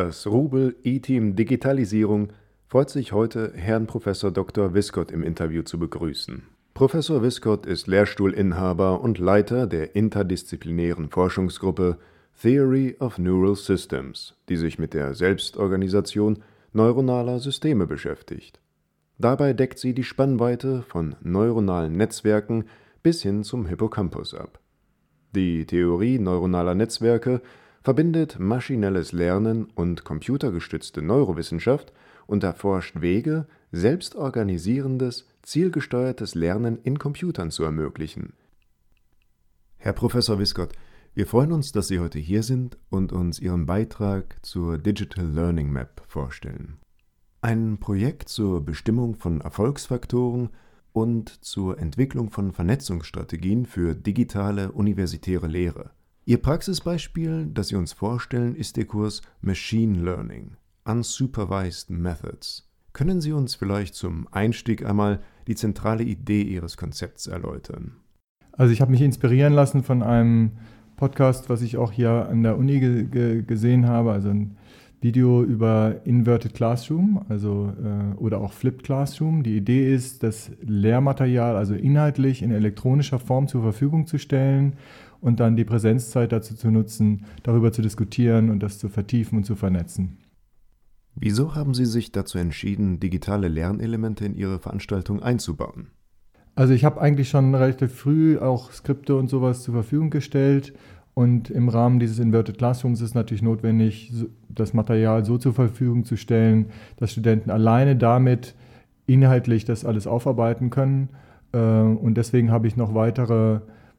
Das Rubel E-Team Digitalisierung freut sich heute, Herrn Prof. Dr. Wiskott im Interview zu begrüßen. Professor Wiskott ist Lehrstuhlinhaber und Leiter der interdisziplinären Forschungsgruppe Theory of Neural Systems, die sich mit der Selbstorganisation neuronaler Systeme beschäftigt. Dabei deckt sie die Spannweite von neuronalen Netzwerken bis hin zum Hippocampus ab. Die Theorie neuronaler Netzwerke verbindet maschinelles Lernen und computergestützte Neurowissenschaft und erforscht Wege, selbstorganisierendes, zielgesteuertes Lernen in Computern zu ermöglichen. Herr Professor Wiskott, wir freuen uns, dass Sie heute hier sind und uns Ihren Beitrag zur Digital Learning Map vorstellen. Ein Projekt zur Bestimmung von Erfolgsfaktoren und zur Entwicklung von Vernetzungsstrategien für digitale universitäre Lehre. Ihr Praxisbeispiel, das Sie uns vorstellen, ist der Kurs Machine Learning – Unsupervised Methods. Können Sie uns vielleicht zum Einstieg einmal die zentrale Idee Ihres Konzepts erläutern? Also ich habe mich inspirieren lassen von einem Podcast, was ich auch hier an der Uni gesehen habe, also ein Video über Inverted Classroom, oder auch Flipped Classroom. Die Idee ist, das Lehrmaterial also inhaltlich in elektronischer Form zur Verfügung zu stellen und dann die Präsenzzeit dazu zu nutzen, darüber zu diskutieren und das zu vertiefen und zu vernetzen. Wieso haben Sie sich dazu entschieden, digitale Lernelemente in Ihre Veranstaltung einzubauen? Also ich habe eigentlich schon relativ früh auch Skripte und sowas zur Verfügung gestellt. Und im Rahmen dieses Inverted Classrooms ist es natürlich notwendig, das Material so zur Verfügung zu stellen, dass Studenten alleine damit inhaltlich das alles aufarbeiten können. Und deswegen habe ich noch weitere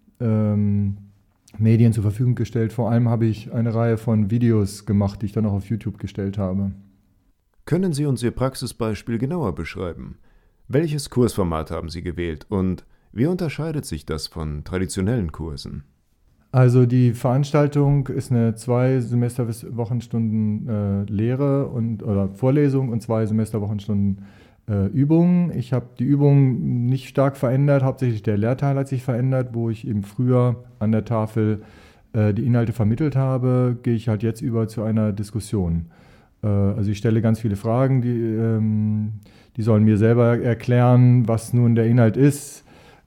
Medien zur Verfügung gestellt. Vor allem habe ich eine Reihe von Videos gemacht, die ich dann auch auf YouTube gestellt habe. Können Sie uns Ihr Praxisbeispiel genauer beschreiben? Welches Kursformat haben Sie gewählt und wie unterscheidet sich das von traditionellen Kursen? Also die Veranstaltung ist eine 2 Semesterwochenstunden Lehre oder Vorlesung und 2 Semesterwochenstunden Übungen. Ich habe die Übungen nicht stark verändert, hauptsächlich der Lehrteil hat sich verändert, wo ich eben früher an der Tafel die Inhalte vermittelt habe, gehe ich halt jetzt über zu einer Diskussion. Also ich stelle ganz viele Fragen, die sollen mir selber erklären, was nun der Inhalt ist.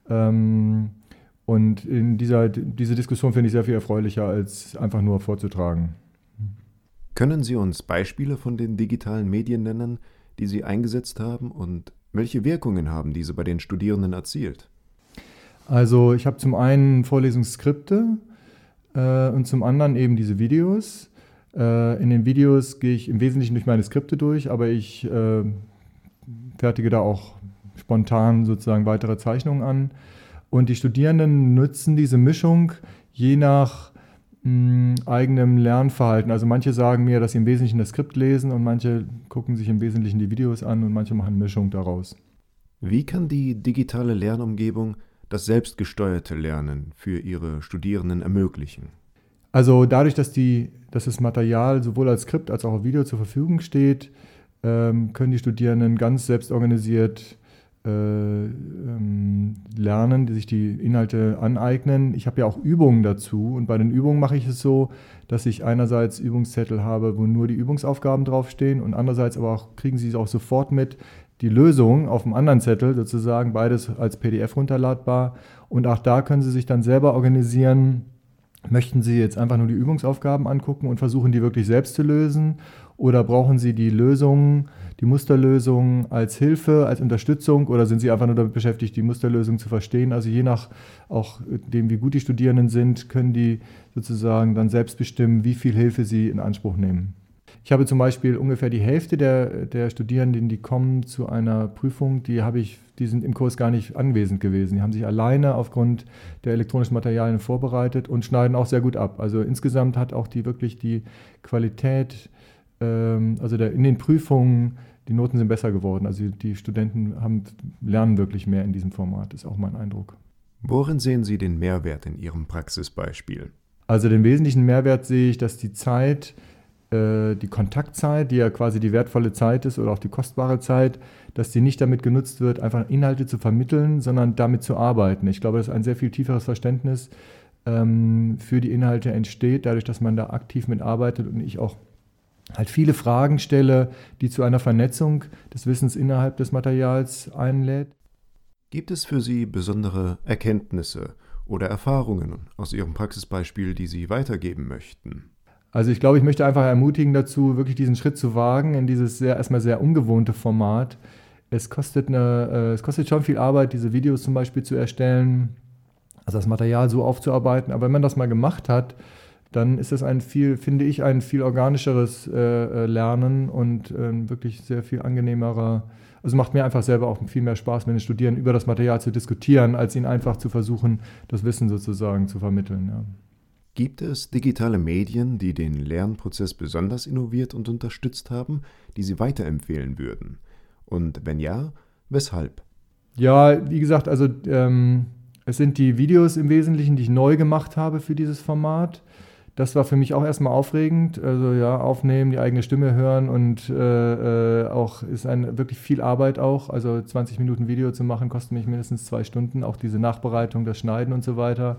Und diese Diskussion finde ich sehr viel erfreulicher, als einfach nur vorzutragen. Können Sie uns Beispiele von den digitalen Medien nennen, die Sie eingesetzt haben und welche Wirkungen haben diese bei den Studierenden erzielt? Also ich habe zum einen Vorlesungsskripte und zum anderen eben diese Videos. In den Videos gehe ich im Wesentlichen durch meine Skripte durch, aber ich fertige da auch spontan sozusagen weitere Zeichnungen an. Und die Studierenden nutzen diese Mischung je nach eigenem Lernverhalten. Also manche sagen mir, dass sie im Wesentlichen das Skript lesen und manche gucken sich im Wesentlichen die Videos an und manche machen eine Mischung daraus. Wie kann die digitale Lernumgebung das selbstgesteuerte Lernen für Ihre Studierenden ermöglichen? Also dadurch, dass das Material sowohl als Skript als auch auf Video zur Verfügung steht, können die Studierenden ganz selbstorganisiert lernen, die sich die Inhalte aneignen. Ich habe ja auch Übungen dazu und bei den Übungen mache ich es so, dass ich einerseits Übungszettel habe, wo nur die Übungsaufgaben draufstehen und andererseits aber auch kriegen sie es auch sofort mit, die Lösung auf dem anderen Zettel sozusagen, beides als PDF runterladbar und auch da können sie sich dann selber organisieren. Möchten Sie jetzt einfach nur die Übungsaufgaben angucken und versuchen, die wirklich selbst zu lösen? Oder brauchen Sie die Lösungen, die Musterlösung als Hilfe, als Unterstützung? Oder sind Sie einfach nur damit beschäftigt, die Musterlösung zu verstehen? Also je nach auch dem, wie gut die Studierenden sind, können die sozusagen dann selbst bestimmen, wie viel Hilfe sie in Anspruch nehmen. Ich habe zum Beispiel ungefähr die Hälfte der Studierenden, die kommen zu einer Prüfung, die sind im Kurs gar nicht anwesend gewesen. Die haben sich alleine aufgrund der elektronischen Materialien vorbereitet und schneiden auch sehr gut ab. Also insgesamt hat auch die Qualität, in den Prüfungen, die Noten sind besser geworden. Also die Studenten lernen wirklich mehr in diesem Format, ist auch mein Eindruck. Worin sehen Sie den Mehrwert in Ihrem Praxisbeispiel? Also den wesentlichen Mehrwert sehe ich, dass die Kontaktzeit, die ja quasi die wertvolle Zeit ist oder auch die kostbare Zeit, dass die nicht damit genutzt wird, einfach Inhalte zu vermitteln, sondern damit zu arbeiten. Ich glaube, dass ein sehr viel tieferes Verständnis für die Inhalte entsteht, dadurch, dass man da aktiv mitarbeitet und ich auch halt viele Fragen stelle, die zu einer Vernetzung des Wissens innerhalb des Materials einlädt. Gibt es für Sie besondere Erkenntnisse oder Erfahrungen aus Ihrem Praxisbeispiel, die Sie weitergeben möchten? Also ich glaube, ich möchte einfach ermutigen dazu, wirklich diesen Schritt zu wagen in dieses erstmal sehr ungewohnte Format. Es kostet schon viel Arbeit, diese Videos zum Beispiel zu erstellen, also das Material so aufzuarbeiten. Aber wenn man das mal gemacht hat, dann ist das finde ich, ein viel organischeres Lernen und wirklich sehr viel angenehmerer. Also macht mir einfach selber auch viel mehr Spaß, mit den Studierenden über das Material zu diskutieren, als ihnen einfach zu versuchen, das Wissen sozusagen zu vermitteln. Ja. Gibt es digitale Medien, die den Lernprozess besonders innoviert und unterstützt haben, die Sie weiterempfehlen würden? Und wenn ja, weshalb? Ja, wie gesagt, also es sind die Videos im Wesentlichen, die ich neu gemacht habe für dieses Format. Das war für mich auch erstmal aufregend. Also ja, aufnehmen, die eigene Stimme hören und auch ist wirklich viel Arbeit auch. Also 20 Minuten Video zu machen, kostet mich mindestens 2 Stunden. Auch diese Nachbereitung, das Schneiden und so weiter.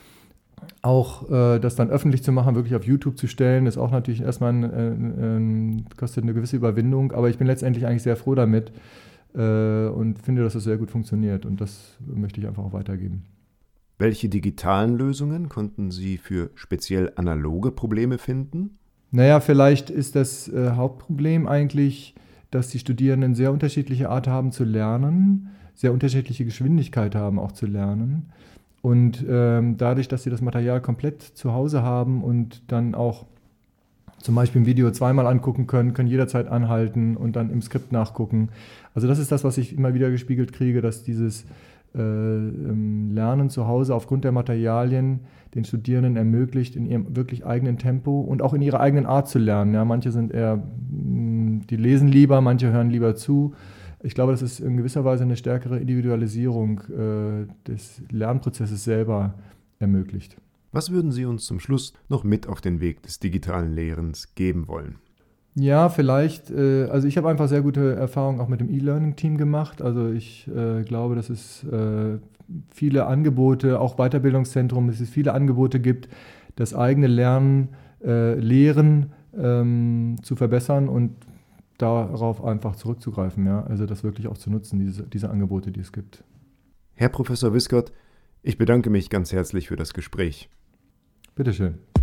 Auch das dann öffentlich zu machen, wirklich auf YouTube zu stellen, ist auch natürlich erstmal kostet eine gewisse Überwindung. Aber ich bin letztendlich eigentlich sehr froh damit und finde, dass das sehr gut funktioniert. Und das möchte ich einfach auch weitergeben. Welche digitalen Lösungen konnten Sie für speziell analoge Probleme finden? Naja, vielleicht ist das Hauptproblem eigentlich, dass die Studierenden sehr unterschiedliche Art haben zu lernen, sehr unterschiedliche Geschwindigkeit haben auch zu lernen. Und dadurch, dass sie das Material komplett zu Hause haben und dann auch zum Beispiel ein Video zweimal angucken können jederzeit anhalten und dann im Skript nachgucken. Also das ist das, was ich immer wieder gespiegelt kriege, dass dieses Lernen zu Hause aufgrund der Materialien den Studierenden ermöglicht, in ihrem wirklich eigenen Tempo und auch in ihrer eigenen Art zu lernen. Ja, manche sind die lesen lieber, manche hören lieber zu. Ich glaube, das ist in gewisser Weise eine stärkere Individualisierung des Lernprozesses selber ermöglicht. Was würden Sie uns zum Schluss noch mit auf den Weg des digitalen Lehrens geben wollen? Ja, vielleicht. Also ich habe einfach sehr gute Erfahrungen auch mit dem E-Learning-Team gemacht. Also ich glaube, dass es viele Angebote, auch Weiterbildungszentrum, dass es viele Angebote gibt, das eigene Lernen, Lehren zu verbessern und darauf einfach zurückzugreifen. Ja? Also das wirklich auch zu nutzen, diese Angebote, die es gibt. Herr Professor Wiskott, ich bedanke mich ganz herzlich für das Gespräch. Bitteschön.